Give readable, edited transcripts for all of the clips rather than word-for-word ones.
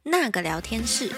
那个聊天室。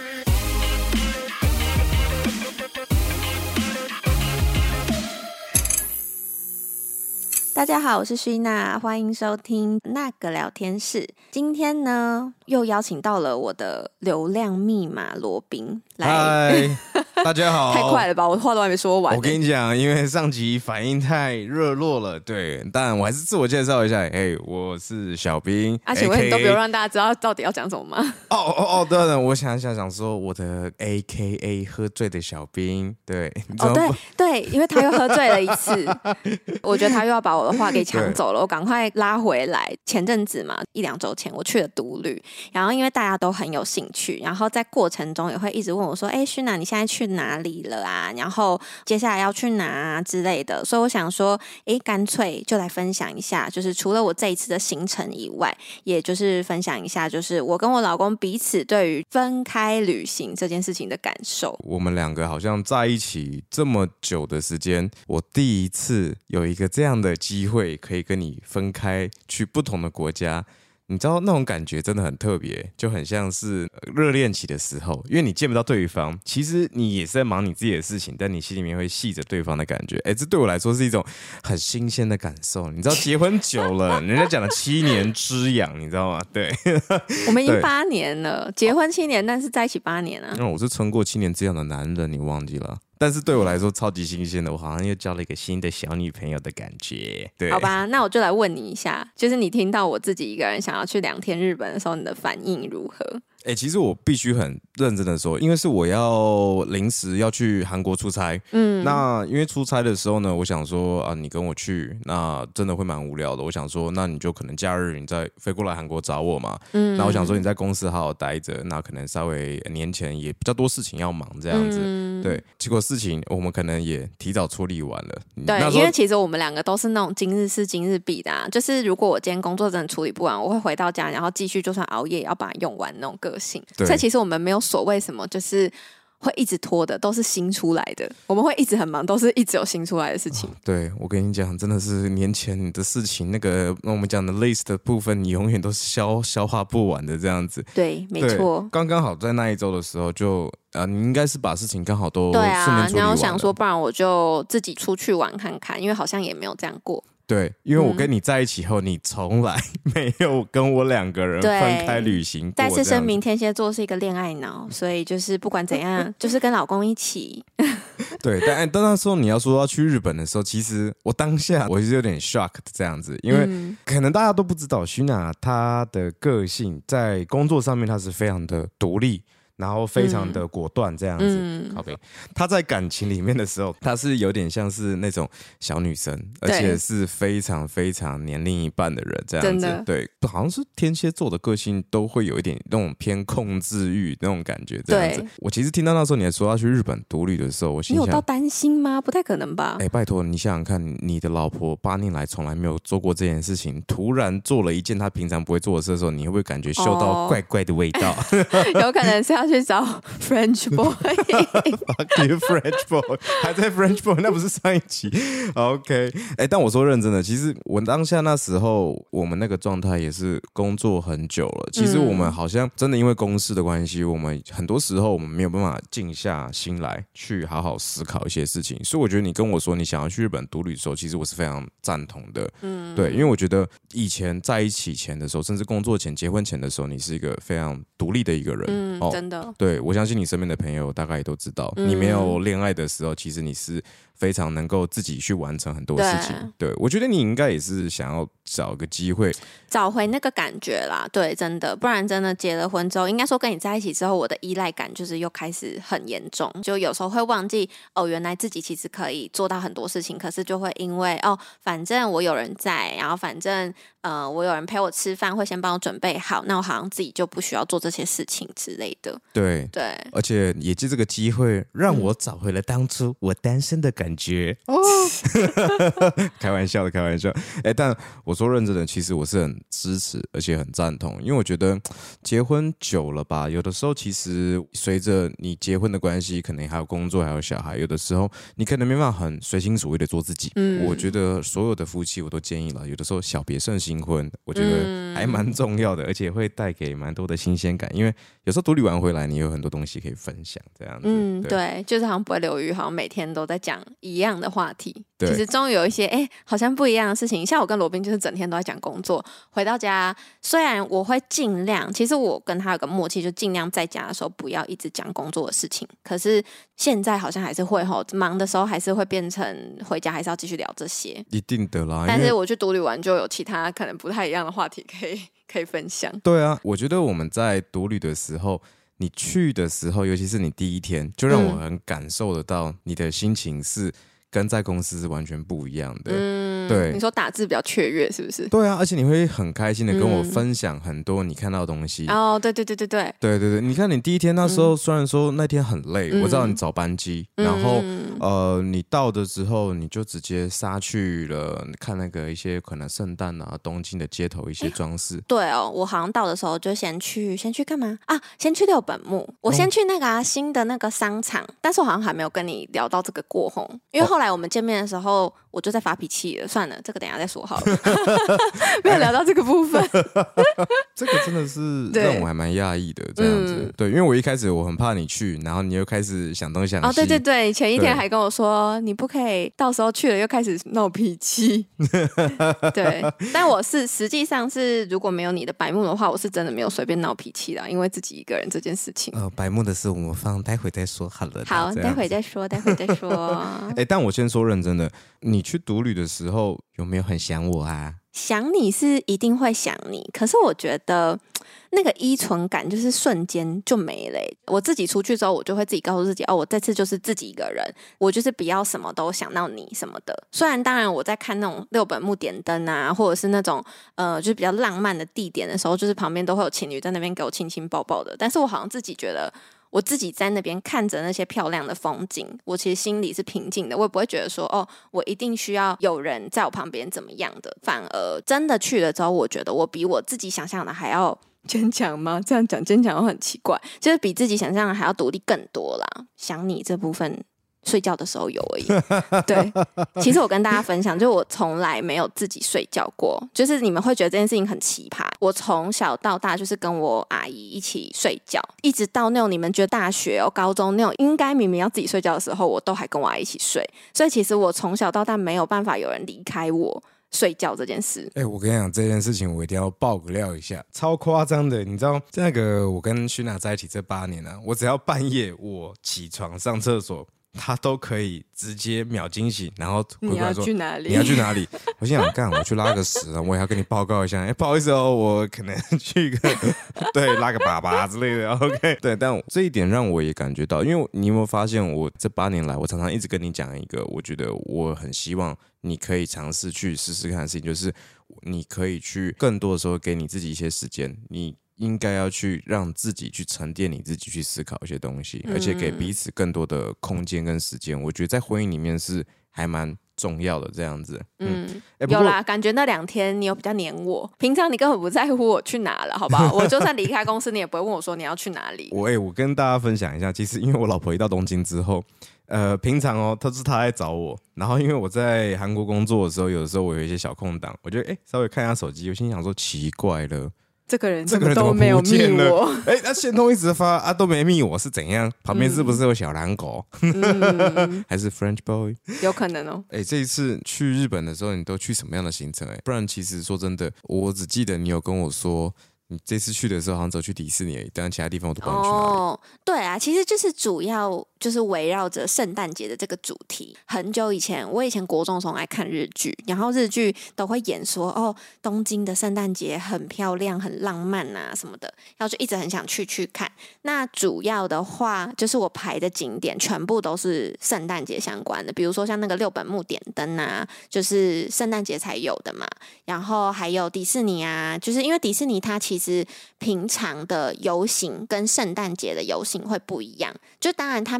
大家好，我是徐娜，欢迎收听那个聊天室。今天呢，又邀请到了我的流量密码罗宾来。 嗨，大家好。 太快了吧，我话都还没说完。 我跟你讲，因为上集反应太热络了，对，但我还是自我介绍一下。我是小兵。 请问你都不用让大家知道到底要讲什么吗？ 对了，我想说我的 AKA 喝醉的小兵，对。 对，因为他又喝醉了一次，我觉得他又要把我的话给抢走了，我赶快拉回来。前阵子嘛，1-2周前我去了独旅，然后因为大家都很有兴趣，然后在过程中也会一直问我说：“徐娜，你现在去哪里了啊？然后接下来要去哪啊之类的。”所以我想说，干脆就来分享一下，就是除了我这一次的行程以外，也就是分享一下，就是我跟我老公彼此对于分开旅行这件事情的感受。 我们两个好像在一起这么久的时间，我第一次有一个这样的机会可以跟你分开去不同的国家，你知道那种感觉真的很特别，就很像是热恋期的时候，因为你见不到对方，其实你也是在忙你自己的事情，但你心里面会系着对方的感觉。这对我来说是一种很新鲜的感受。你知道结婚久了，人家讲的7年之痒，你知道吗？对， 我们已经8年了，结婚7年，但是在一起8年啊。 我是撑过7年之痒的男人，你忘记了？但是对我来说超级新鲜的，我好像又交了一个新的小女朋友的感觉。对， 好吧，那我就来问你一下，就是你听到我自己一个人想要去2天日本的时候，你的反应如何？ 其实我必须很认真的说，因为是我要临时要去韩国出差，那因为出差的时候呢，我想说啊，你跟我去，那真的会蛮无聊的。我想说，那你就可能假日你再飞过来韩国找我嘛，那我想说你在公司好好待着，那可能稍微年前也比较多事情要忙这样子，对。结果事情我们可能也提早处理完了， 对，因为其实我们2个都是那种今日事今日毕的就是如果我今天工作真的处理不完，我会回到家，然后继续就算熬夜也要把它用完那种个性。所以其实我们没有所谓什么就是会一直拖的，都是新出来的。我们会一直很忙，都是一直有新出来的事情。 对，我跟你讲，真的是年前你的事情，那个我们讲的 list 的部分，你永远都是消化不完的这样子。 对，没错。 刚刚好在那一周的时候就，你应该是把事情刚好都顺利处理完了。 你要想说，不然我就自己出去玩看看，因为好像也没有这样过。 对，因为我跟你在一起后，你从来没有跟我2个人分开旅行过。 再次声明，天蝎座是一个恋爱脑，所以就是不管怎样，就是跟老公一起。 对，但那时候你要说要去日本的时候，其实我当下我是有点 shock 的这样子，因为可能大家都不知道，徐娜她的个性在工作上面她是非常的独立。然后非常的果断这样子，OK。她在感情里面的时候，她是有点像是那种小女生，而且是非常非常黏另一半的人这样子。对，好像是天蝎座的个性都会有一点那种偏控制欲那种感觉这样子。我其实听到那时候你还说要去日本独旅的时候，我心想， 你有到担心吗？不太可能吧？ 拜托你想想看，你的老婆8年来从来没有做过这件事情，突然做了一件她平常不会做的事的时候，你会不会感觉嗅到怪怪的味道？ 有可能是要去找 French boy Fuck you French boy 还在 French boy 那不是上一集 OK 但我说认真的，其实我当下那时候我们那个状态也是工作很久了，其实我们好像真的因为公司的关系，我们很多时候我们没有办法静下心来去好好思考一些事情，所以我觉得你跟我说你想要去日本独旅的时候，其实我是非常赞同的。对，因为我觉得以前在一起前的时候，甚至工作前结婚前的时候，你是一个非常独立的一个人。 真的。 对，我相信你身边的朋友大概也都知道，你没有恋爱的时候，其实你是非常能够自己去完成很多事情。对，我觉得你应该也是想要找个机会找回那个感觉啦。对，真的，不然真的结了婚之后，应该说跟你在一起之后，我的依赖感就是又开始很严重，就有时候会忘记原来自己其实可以做到很多事情，可是就会因为反正我有人在，然后反正我有人陪我吃饭，会先帮我准备好，那我好像自己就不需要做这些事情之类的。 对，而且也借这个机会让我找回了当初我单身的感感觉哦。开玩笑的，开玩笑。但我说认真的，其实我是很支持，而且很赞同，因为我觉得结婚久了吧，有的时候其实随着你结婚的关系，可能还有工作，还有小孩，有的时候你可能没办法很随心所欲的做自己。我觉得所有的夫妻我都建议了，有的时候小别胜新婚，我觉得还蛮重要的，而且会带给蛮多的新鲜感，因为有时候独立完回来，你有很多东西可以分享，这样子。 对，就是好像不会流于好像每天都在讲一样的话题。其实终于有一些好像不一样的事情，像我跟罗宾就是整天都在讲工作，回到家虽然我会尽量，其实我跟他有个默契，就尽量在家的时候不要一直讲工作的事情，可是现在好像还是会忙的时候还是会变成回家还是要继续聊这些， 一定的啦。 但是我去独旅完就有其他可能不太一样的话题可以分享。 对啊，我觉得我们在独旅的时候，你去的时候，尤其是你第一天，就让我很感受得到你的心情是跟在公司是完全不一样的。对， 你说打字比较雀跃是不是？ 对啊，而且你会很开心的跟我分享很多你看到的东西。对，你看你第一天那时候，虽然说那天很累，我知道你早班机，然后你到的时候你就直接杀去了看那个一些可能圣诞啊东京的街头一些装饰。 对哦，我好像到的时候就先去干嘛啊？先去六本木，我先去那个新的那个商场，但是我好像还没有跟你聊到这个过红，因为后来我们见面的时候我就在发脾气了，算了，这个等一下再说好了。没有聊到这个部分。 这个真的是让我还蛮讶异的，这样子。对，因为我一开始我很怕你去，然后你又开始想东想西。 对，前一天还跟我说你不可以到时候去了又开始闹脾气。对，但我是实际上是如果没有你的白目的话，我是真的没有随便闹脾气啦，因为自己一个人这件事情。 白目的事我们待会再说好了。 好，待会再说。 但我先说认真的，你去独旅的时候有没有很想我啊？ 想你是一定会想你，可是我觉得那个依存感就是瞬间就没了。我自己出去之后，我就会自己告诉自己，我这次就是自己一个人，我就是不要什么都想到你什么的。虽然当然我在看那种六本木点灯啊，或者是那种就是比较浪漫的地点的时候，就是旁边都会有情侣在那边给我亲亲抱抱的，但是我好像自己觉得我自己在那边看着那些漂亮的风景，我其实心里是平静的，我也不会觉得说我一定需要有人在我旁边怎么样的。反而真的去了之后，我觉得我比我自己想象的还要坚强吗？这样讲坚强又很奇怪，就是比自己想象的还要独立更多啦。想你这部分睡觉的时候有而已。对，其实我跟大家分享，就我从来没有自己睡觉过，就是你们会觉得这件事情很奇葩。我从小到大就是跟我阿姨一起睡觉，一直到那种你们觉得大学高中那种应该明明要自己睡觉的时候，我都还跟我阿姨一起睡。所以其实我从小到大没有办法有人离开我睡觉这件事。 我跟你讲这件事情我一定要爆个料一下，超夸张的。你知道那个我跟徐娜在一起这8年啊，我只要半夜我起床上厕所，他都可以直接秒惊醒，然后回过来说你要去哪里？ 你要去哪里？我心想干，我去拉个屎啊，我也要跟你报告一下。不好意思哦，我可能去个对拉个粑粑之类的。OK， 对，但这一点让我也感觉到，因为你有没有发现，我这8年来，我常常一直跟你讲一个，我觉得我很希望你可以尝试去试试看的事情，就是你可以去更多的时候给你自己一些时间，你应该要去让自己去沉淀你自己，去思考一些东西，而且给彼此更多的空间跟时间。我觉得在婚姻里面是还蛮重要的这样子。 有啦，感觉那2天你有比较黏我，平常你根本不在乎我去哪了，好不好？我就算离开公司，你也不会问我说你要去哪里。 我跟大家分享一下，其实因为我老婆一到东京之后，平常她在找我，然后因为我在韩国工作的时候，有的时候我有一些小空档，我就稍微看一下手机，我心想说奇怪了。这个人怎么没有密我？ 他线通一直发都没密我，是怎样？旁边是不是有小狼狗？还是 French boy？ 有可能哦。 这一次去日本的时候，你都去什么样的行程？不然其实说真的，我只记得你有跟我说，你这次去的时候好像只有去迪士尼而已，但其他地方我都不知道你去哪里。 对啊，其实就是主要就是围绕着圣诞节的这个主题。很久以前，我以前国中的时候爱看日剧，然后日剧都会演说东京的圣诞节很漂亮、很浪漫啊什么的，然后就一直很想去看。那主要的话，就是我排的景点全部都是圣诞节相关的，比如说像那个六本木点灯啊，就是圣诞节才有的嘛。然后还有迪士尼啊，就是因为迪士尼它其实平常的游行跟圣诞节的游行会不一样，就当然它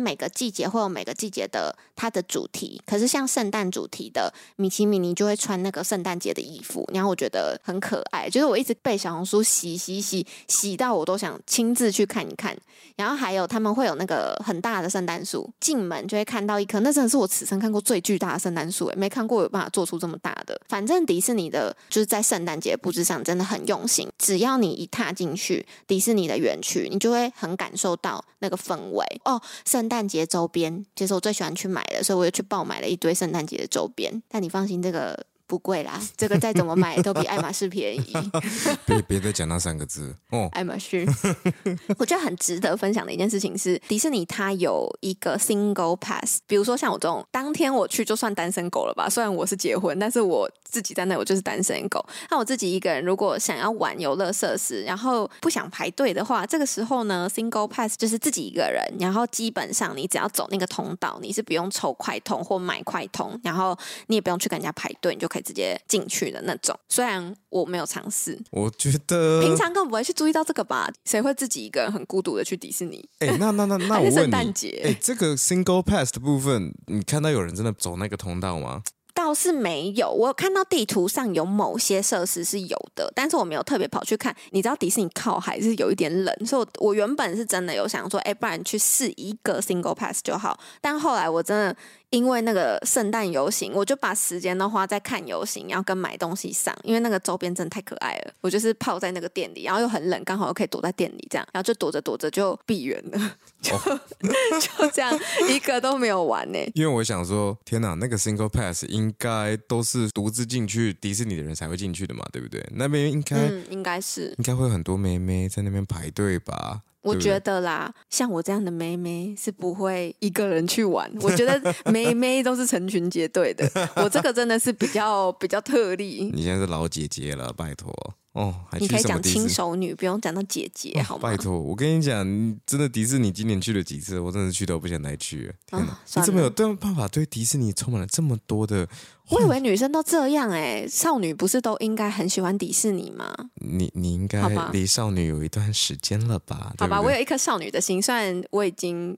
每个季节会有每个季节的它的主题，可是像圣诞主题的米奇米妮就会穿那个圣诞节的衣服，然后我觉得很可爱，就是我一直被小红书洗到我都想亲自去看一看。然后还有他们会有那个很大的圣诞树，进门就会看到一棵，那真的是我此生看过最巨大的圣诞树，没看过有办法做出这么大的。反正迪士尼的就是在圣诞节布置上真的很用心，只要你一踏进去迪士尼的园区，你就会很感受到那个氛围哦。圣诞节周边其实我最喜欢去买的，所以我就去爆买了一堆圣诞节的周边。但你放心，这个不贵啦，这个再怎么买都比爱马仕便宜。 别再讲那3个字哦， 爱马仕。我觉得很值得分享的一件事情是，迪士尼它有一个 single pass， 比如说像我这种当天我去就算单身狗了吧，虽然我是结婚，但是我自己在那我就是单身狗。那我自己一个人如果想要玩游乐设施，然后不想排队的话，这个时候呢 single pass 就是自己一个人，然后基本上你只要走那个通道，你是不用抽快通或买快通，然后你也不用去跟人家排队，你就可以直接进去的那种。虽然我没有尝试， 我觉得平常根本不会去注意到这个吧？谁会自己一个人很孤独的去迪士尼？ 那我问你， 圣诞节， 这个 single pass 的部分，你看到有人真的走那个通道吗？ 倒是没有，我有看到地图上有某些设施是有的，但是我没有特别跑去看。你知道迪士尼靠海是有一点冷，所以我原本是真的有想说，不然去试一个 single pass 就好。但后来我真的因为那个圣诞游行，我就把时间都花在看游行，然后跟买东西上，因为那个周边真的太可爱了。我就是泡在那个店里，然后又很冷，刚好又可以躲在店里这样，然后就躲着就闭园了，就这样一个都没有玩呢。 因为我想说，天哪，那个 single pass 应该都是独自进去迪士尼的人才会进去的嘛，对不对？那边应该会有很多妹妹在那边排队吧。 我觉得啦，像我这样的妹妹是不会一个人去玩。我觉得妹妹都是成群结队的，我这个真的是比较特例。 你现在是老姐姐了，拜托哦。 你可以讲轻熟女，不用讲到姐姐，好吗？ 拜托，我跟你讲，真的迪士尼今年去了几次，我真的去都不想再去了。天哪，你怎么有办法对迪士尼充满了这么多的？ 我以为女生都这样少女不是都应该很喜欢迪士尼吗？ 你应该离少女有一段时间了吧？ 好吧，我有一颗少女的心，虽然我已经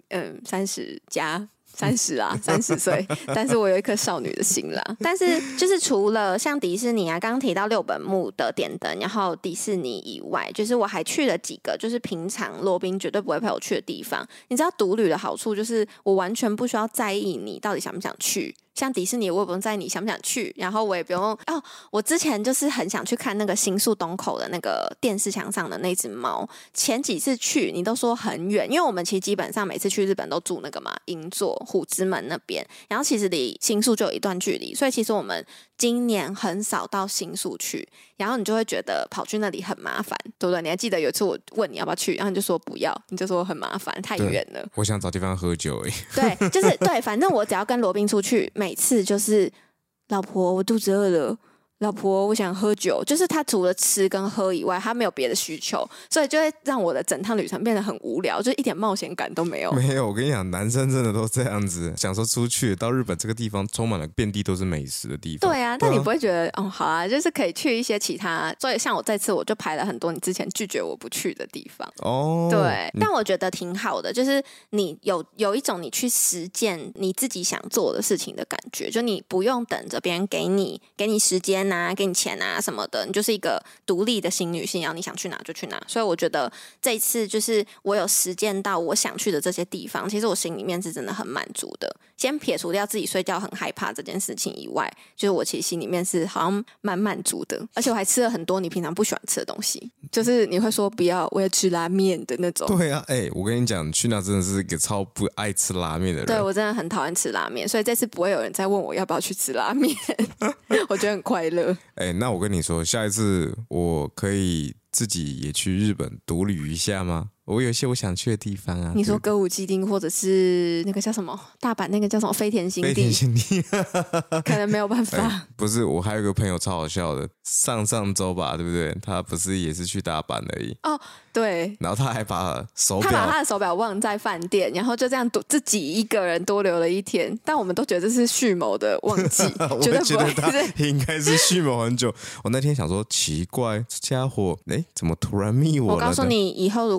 30加。30岁，但是我有一颗少女的心啦。但是就是除了像迪士尼啊，刚刚提到六本木的点灯，然后迪士尼以外，就是我还去了几个，就是平常罗宾绝对不会陪我去的地方。你知道独旅的好处就是我完全不需要在意你到底想不想去。像迪士尼，我也不用在意你想不想去，然后我也不用我之前就是很想去看那个新宿东口的那个电视墙上的那只猫。前几次去你都说很远，因为我们其实基本上每次去日本都住那个嘛银座虎之门那边，然后其实离新宿就有一段距离，所以其实我们今年很少到新宿去，然后你就会觉得跑去那里很麻烦，对不对？你还记得有一次我问你要不要去，然后你就说不要，你就说很麻烦太远了， 我想找地方喝酒而已。 对，就是对，反正我只要跟罗宾出去，每次就是老婆我肚子饿了，老婆我想喝酒，就是他除了吃跟喝以外他没有别的需求，所以就会让我的整趟旅程变得很无聊，就一点冒险感都没有。 没有，我跟你讲，男生真的都这样子，想说出去到日本这个地方充满了遍地都是美食的地方。 对啊，但你不会觉得好啊，就是可以去一些其他，所以像我这次我就排了很多你之前拒绝我不去的地方。对，但我觉得挺好的，就是你有一种你去实践你自己想做的事情的感觉，就你不用等着别人给你时间啊，给你钱啊什么的，你就是一个独立的新女性，然后你想去哪就去哪。所以我觉得这一次就是我有实践到我想去的这些地方，其实我心里面是真的很满足的。先撇除掉自己睡觉很害怕这件事情以外，就是我其实心里面是好像蛮满足的，而且我还吃了很多你平常不喜欢吃的东西，就是你会说不要，我要吃拉面的那种。 对啊，我跟你讲，去那真的是一个超不爱吃拉面的人。 对，我真的很讨厌吃拉面，所以这次不会有人再问我要不要去吃拉面。我觉得很快乐。 那我跟你说，下一次我可以自己也去日本独旅一下吗？我有一些我想去的地方啊。 你说歌舞伎町，或者是那个叫什么大阪那个叫什么飞田新地？飞田新地可能没有办法。 不是，我还有一个朋友超好笑的，上周吧，对不对？他不是也是去大阪而已。 对。 然后他还把他的手表忘在饭店，然后就这样自己一个人多留了一天。但我们都觉得这是蓄谋的忘记， 我觉得他应该是蓄谋很久。我那天想说，奇怪，这家伙怎么突然密我了？ 我告诉你，以后如果你真的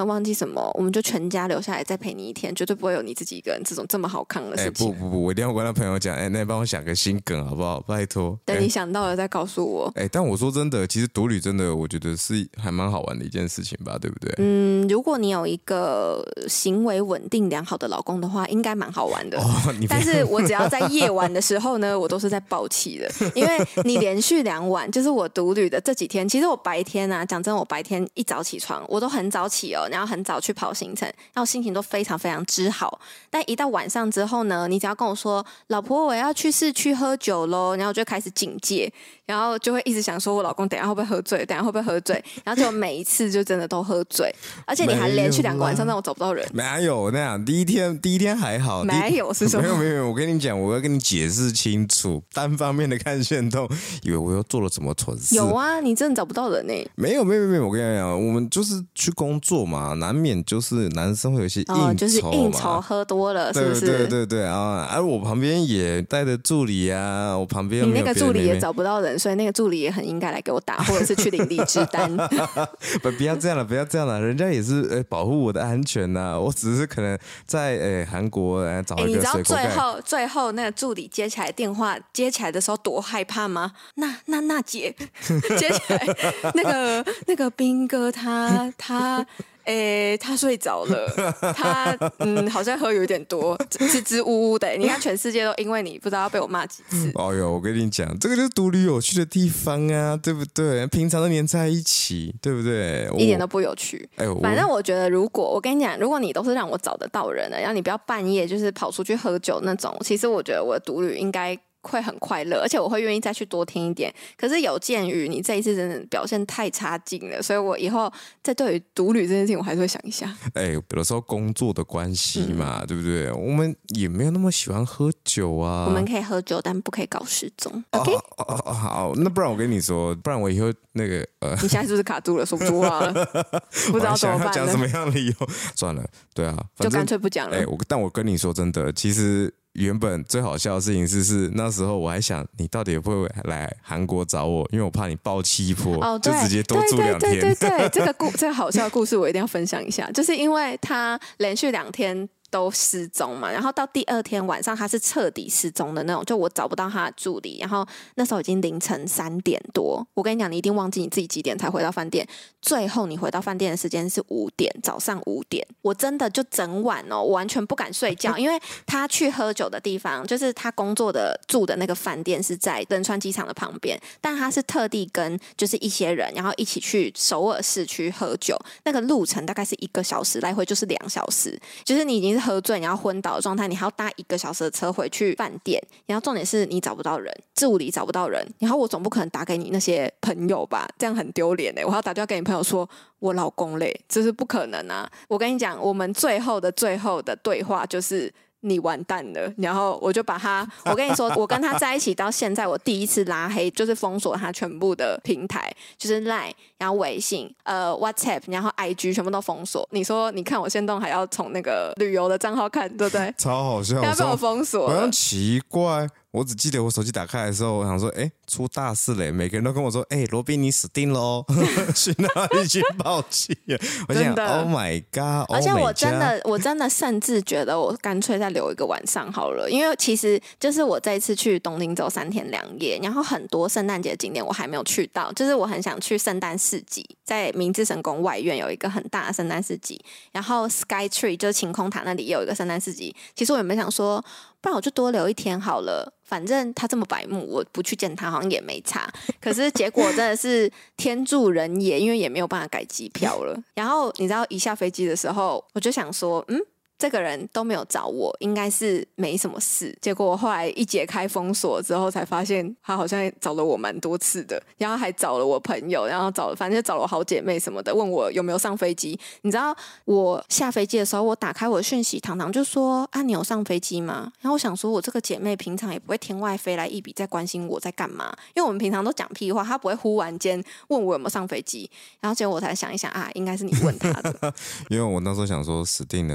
的忘记什么，我们就全家留下来再陪你一天，绝对不会有你自己一个人这么好康的事情。 不，我一定要跟他朋友讲，那帮我想个新梗好不好？拜托。 等你想到了再告诉我。 但我说真的，其实独旅真的，我觉得是还蛮好玩的一件事情吧，对不对？ 如果你有一个行为稳定良好的老公的话，应该蛮好玩的。但是我只要在夜晚的时候呢，我都是在爆气的，因为你连续2晚，就是我独旅的这几天，其实我白天啊，讲真，我白天一早起床，我都很早起哦，然后很早去跑行程，然后心情都非常非常之好。但一到晚上之后呢，你只要跟我说，老婆，我要去市区喝酒咯，然后我就开始警戒，然后就会一直想说，我老公等一下会不会喝醉，等一下会不会喝醉，然后就每一次就真的都喝醉，而且你还连续2个晚上让我找不到人。 没有那样，第一天还好， 没有是什么？ 没有，我跟你讲，我要跟你解释清楚，单方面的看限动，以为我又做了什么蠢事。 有啊，你真的找不到人欸。 没有，我跟你讲，我们就是去工作嘛，难免就是男生会有一些应酬嘛， 就是应酬喝多了，是不是？ 对啊！而我旁边也带着助理啊，我旁边你那个助理也找不到人，所以那个助理也很应该来给我打，或者是去领离职单。 不要这样了，人家也是保护我的安全呐。我只是可能在韩国找一个水沟盖。 你知道最后那个助理接起来电话，接起来的时候多害怕吗？娜姐接起来，那个兵哥他睡着了，他好像喝有点多，支支吾吾的。你看全世界都因为你不知道要被我骂几次。 哎呦，我跟你讲，这个就是独旅有趣的地方啊，对不对？平常都黏在一起，对不对？ 一点都不有趣。反正我觉得，我跟你讲，如果你都是让我找得到人的，然后你不要半夜就是跑出去喝酒那种，其实我觉得我的独旅应该会很快乐，而且我会愿意再去多听一点。可是有鉴于你这一次真的表现太差劲了，所以我以后在对于独旅这件事情，我还是会想一下。 有的时候工作的关系嘛，对不对？我们也没有那么喜欢喝酒啊。 我们可以喝酒，但不可以搞失踪。OK？ 好，那不然我跟你说，不然我以后那个你现在是不是卡住了，说不出话了？不知道怎么办了？ 讲什么样的理由？算了，对啊， 就干脆不讲了。 但我跟你说真的，其实。原本最好笑的事情是那时候我还想你到底会不会来韩国找我，因为我怕你爆气一波，就直接多住2天。 对，这个好笑的故事我一定要分享一下，就是因为他连续2天都失踪嘛，然后到第2天晚上他是彻底失踪的那种，就我找不到他的助理，然后那时候已经凌晨3点多。我跟你讲，你一定忘记你自己几点才回到饭店，最后你回到饭店的时间是5点，早上5点。我真的就整晚我完全不敢睡觉，因为他去喝酒的地方，就是他工作的住的那个饭店是在仁川机场的旁边，但他是特地跟就是一些人，然后一起去首尔市区喝酒，那个路程大概是1个小时，来回就是2小时，就是你已经是喝醉，你要昏倒的状态，你还要搭1个小时的车回去饭店，然后重点是你找不到人，助理找不到人，然后我总不可能打给你那些朋友吧，这样很丢脸我还要打电话给你朋友说我老公嘞，这是不可能啊！我跟你讲，我们最后的对话就是你完蛋了，然后我就把他，我跟你说，我跟他在一起到现在，我第一次拉黑，就是封锁他全部的平台，就是 LINE， 然后微信、WhatsApp， 然后 IG 全部都封锁。你说，你看我限动还要从那个旅游的账号看，对不对？ 超好笑， 要被我封锁了， 好像奇怪。我只记得我手机打开的时候，我想说，出大事嘞！每个人都跟我说，罗宾你死定了哦，去哪里去爆气了？我想 ，Oh my God！ 而且我真的甚至觉得我干脆再留一个晚上好了，因为其实就是我这一次去东京走3天2夜，然后很多圣诞节景点我还没有去到，就是我很想去圣诞市集，在明治神宫外院有一个很大的圣诞市集，然后 Sky Tree 就是晴空塔那里也有一个圣诞市集。其实我原本想说，不然我就多留1天好了。反正他这么白目，我不去见他好像也没差。可是结果真的是天助人也，因为也没有办法改机票了。然后你知道一下飞机的时候，我就想说，这个人都没有找我，应该是没什么事。结果我后来一解开封锁之后，才发现他好像找了我蛮多次的，然后还找了我朋友，然后反正就找了我好姐妹什么的，问我有没有上飞机。你知道我下飞机的时候，我打开我的讯息，堂堂就说你有上飞机吗？然后我想说，我这个姐妹平常也不会天外飞来一笔在关心我在干嘛，因为我们平常都讲屁话，她不会忽然间问我有没有上飞机。然后结果我才想一想应该是你问她的。 因为我那时候想说死定了，靠腰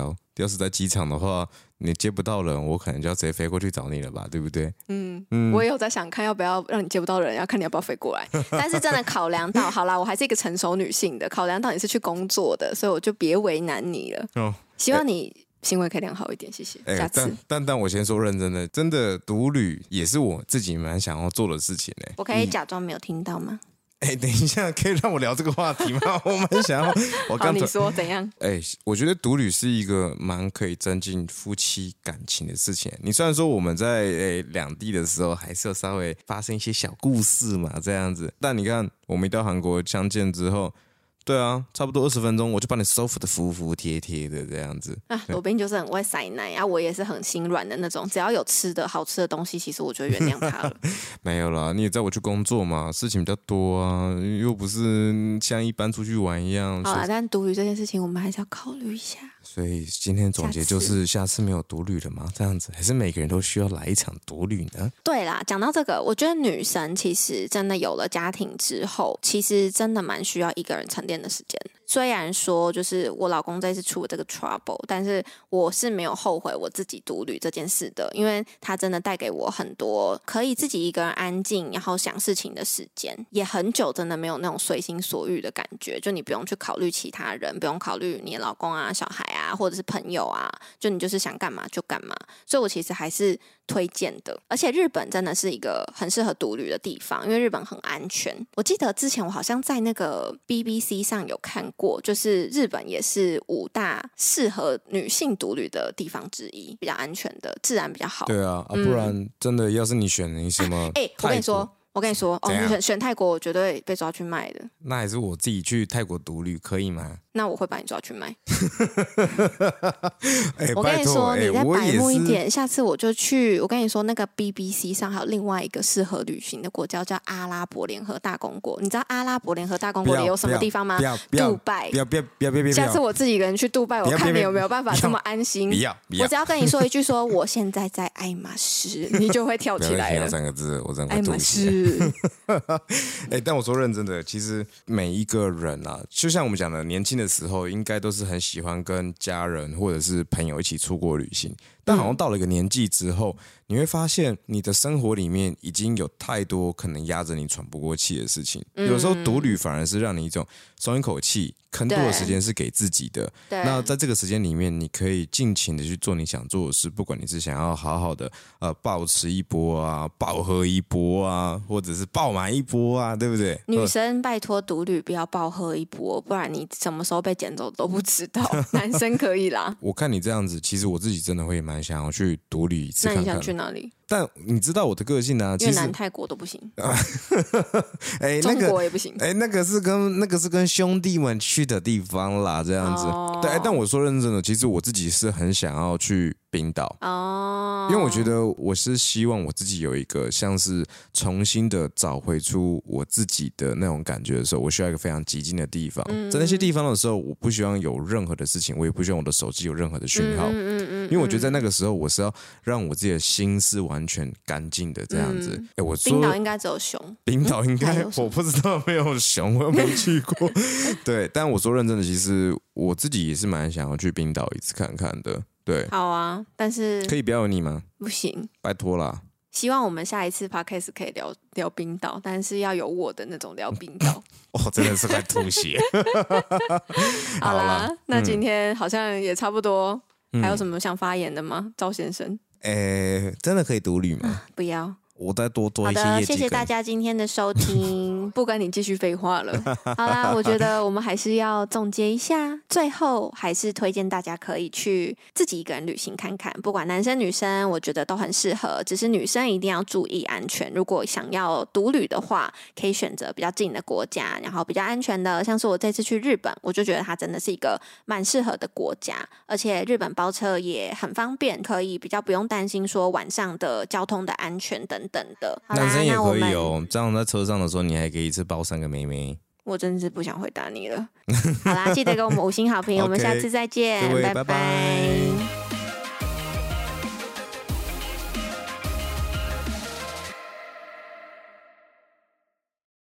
条。要是在机场的话，你接不到人，我可能就要直接飞过去找你了吧，对不对？ 我也有在想看要不要让你接不到人，要看你要不要飞过来。但是真的考量到，好啦，我还是一个成熟女性的，考量到你是去工作的，所以我就别为难你了。希望你行为可以良好一点，谢谢。下次。 但我先说认真的，真的独旅也是我自己蛮想要做的事情我可以假装没有听到吗？ 等一下，可以让我聊这个话题吗？我蛮想要。 好，你说怎样？ 我觉得独旅是一个蛮可以增进夫妻感情的事情。你虽然说我们在两地的时候还是有稍微发生一些小故事嘛，这样子，但你看我们一到韩国相见之后。对啊，差不多20分钟，我就把你收服的服服帖帖的这样子。 罗宾就是很会塞奶啊，我也是很心软的那种，只要有吃的好吃的东西，其实我就原谅他了。 没有啦，你也知道我去工作嘛，事情比较多啊，又不是像一般出去玩一样。 好啦，但独旅这件事情，我们还是要考虑一下。 所以今天总结就是，下次没有独旅了吗？这样子，还是每个人都需要来一场独旅呢？ 对啦，讲到这个，我觉得女生其实真的有了家庭之后，其实真的蛮需要一个人沉淀的时间。虽然说就是我老公这次出了这个 trouble， 但是我是没有后悔我自己独旅这件事的，因为他真的带给我很多可以自己一个人安静然后想事情的时间，也很久真的没有那种随心所欲的感觉，就你不用去考虑其他人，不用考虑你的老公啊、小孩啊或者是朋友啊，就你就是想干嘛就干嘛，所以我其实还是推荐的。而且日本真的是一个很适合独旅的地方，因为日本很安全。我记得之前我好像在那个 BBC 上有看过，就是日本也是5大适合女性独旅的地方之一，比较安全的，治安比较好。 对啊，不然真的要是你选你什么我跟你说，你选泰国，我绝对被抓去卖的。 那还是我自己去泰国独旅可以吗？ 那我会把你抓去卖。我跟你说，你再白目一点，下次我就去。我跟你说，那个 BBC 上还有另外一个适合旅行的国家叫阿拉伯联合大公国。你知道阿拉伯联合大公国里有什么地方吗？杜拜。不要！下次我自己一个人去杜拜，我看你有没有办法这么安心。不要！我只要跟你说一句说我现在在爱马仕，你就会跳起来了。 3个字，我真的爱马仕。 但我说认真的，其实每一个人啊，就像我们讲的，年轻的时候应该都是很喜欢跟家人或者是朋友一起出国旅行，但好像到了一个年纪之后，你会发现你的生活里面已经有太多可能压着你喘不过气的事情，有时候独旅反而是让你一种松一口气，更多的时间是给自己的。那在这个时间里面，你可以尽情的去做你想做的事，不管你是想要好好的暴吃一波啊，暴喝一波啊，或者是暴买一波啊，对不对？ 女生拜托独旅不要暴喝一波，不然你什么时候被捡走都不知道。男生可以啦。我看你这样子，其实我自己真的会蛮想要去独旅一次看看。 那你想去哪里？ 但你知道我的个性啊， 越南、泰国都不行， 中国也不行。 那个是跟兄弟们去的地方啦，这样子。对，但我说认真的，其实我自己是很想要去冰岛因为我觉得我是希望我自己有一个像是重新的找回出我自己的那种感觉的时候，我需要一个非常寂静的地方。在那些地方的时候，我不希望有任何的事情，我也不希望我的手机有任何的讯号，因为我觉得在那个时候，我是要让我自己的心是完全干净的这样子。我说冰岛应该只有熊， 冰岛应该我不知道没有熊，我又没去过。对，但我说认真的，其实我自己也是蛮想要去冰岛一次看看的。对， 好啊，但是可以不要有你吗？ 不行， 拜托啦。 希望我们下一次 podcast 可以聊冰岛，但是要有我的那种聊冰岛。 真的是快吐血。 好啦，那今天好像也差不多。还有什么想发言的吗，赵先生？ 真的可以独旅吗？ 不要。 我再多做一些业绩。好的，谢谢大家今天的收听，不跟你继续废话了。好啦，我觉得我们还是要总结一下，最后还是推荐大家可以去自己一个人旅行看看，不管男生女生，我觉得都很适合。只是女生一定要注意安全，如果想要独旅的话，可以选择比较近的国家，然后比较安全的，像是我这次去日本，我就觉得它真的是一个蛮适合的国家，而且日本包车也很方便，可以比较不用担心说晚上的交通的安全等等的。 男生也可以哦，这样在车上的时候你还可以一次包3个妹妹。 我真是不想回答你了。好啦，记得给我们5星好评，我们下次再见，拜拜。